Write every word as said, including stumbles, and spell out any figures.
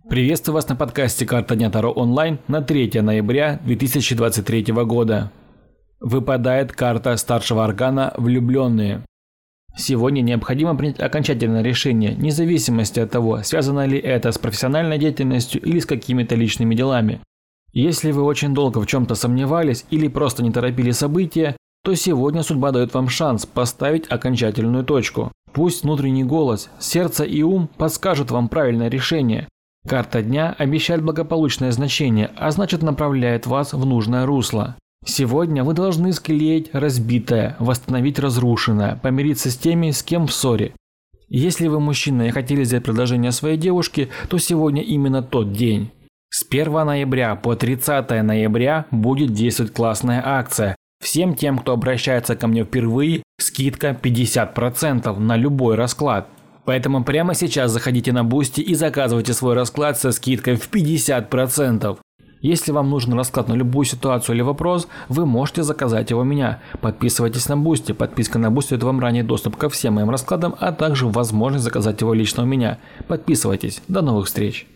Приветствую вас на подкасте «Карта дня Таро онлайн» на третье ноября две тысячи двадцать третьего года. Выпадает карта старшего аркана «Влюбленные». Сегодня необходимо принять окончательное решение, вне зависимости от того, связано ли это с профессиональной деятельностью или с какими-то личными делами. Если вы очень долго в чем-то сомневались или просто не торопили события, то сегодня судьба дает вам шанс поставить окончательную точку. Пусть внутренний голос, сердце и ум подскажут вам правильное решение. Карта дня обещает благополучное значение, а значит направляет вас в нужное русло. Сегодня вы должны склеить разбитое, восстановить разрушенное, помириться с теми, с кем в ссоре. Если вы мужчина и хотели сделать предложение своей девушке, то сегодня именно тот день. С первого ноября по тридцатое ноября будет действовать классная акция. Всем тем, кто обращается ко мне впервые, скидка пятьдесят процентов на любой расклад. Поэтому прямо сейчас заходите на Boosty и заказывайте свой расклад со скидкой в пятьдесят процентов. Если вам нужен расклад на любую ситуацию или вопрос, вы можете заказать его у меня. Подписывайтесь на Boosty. Подписка на Boosty дает вам ранний доступ ко всем моим раскладам, а также возможность заказать его лично у меня. Подписывайтесь. До новых встреч.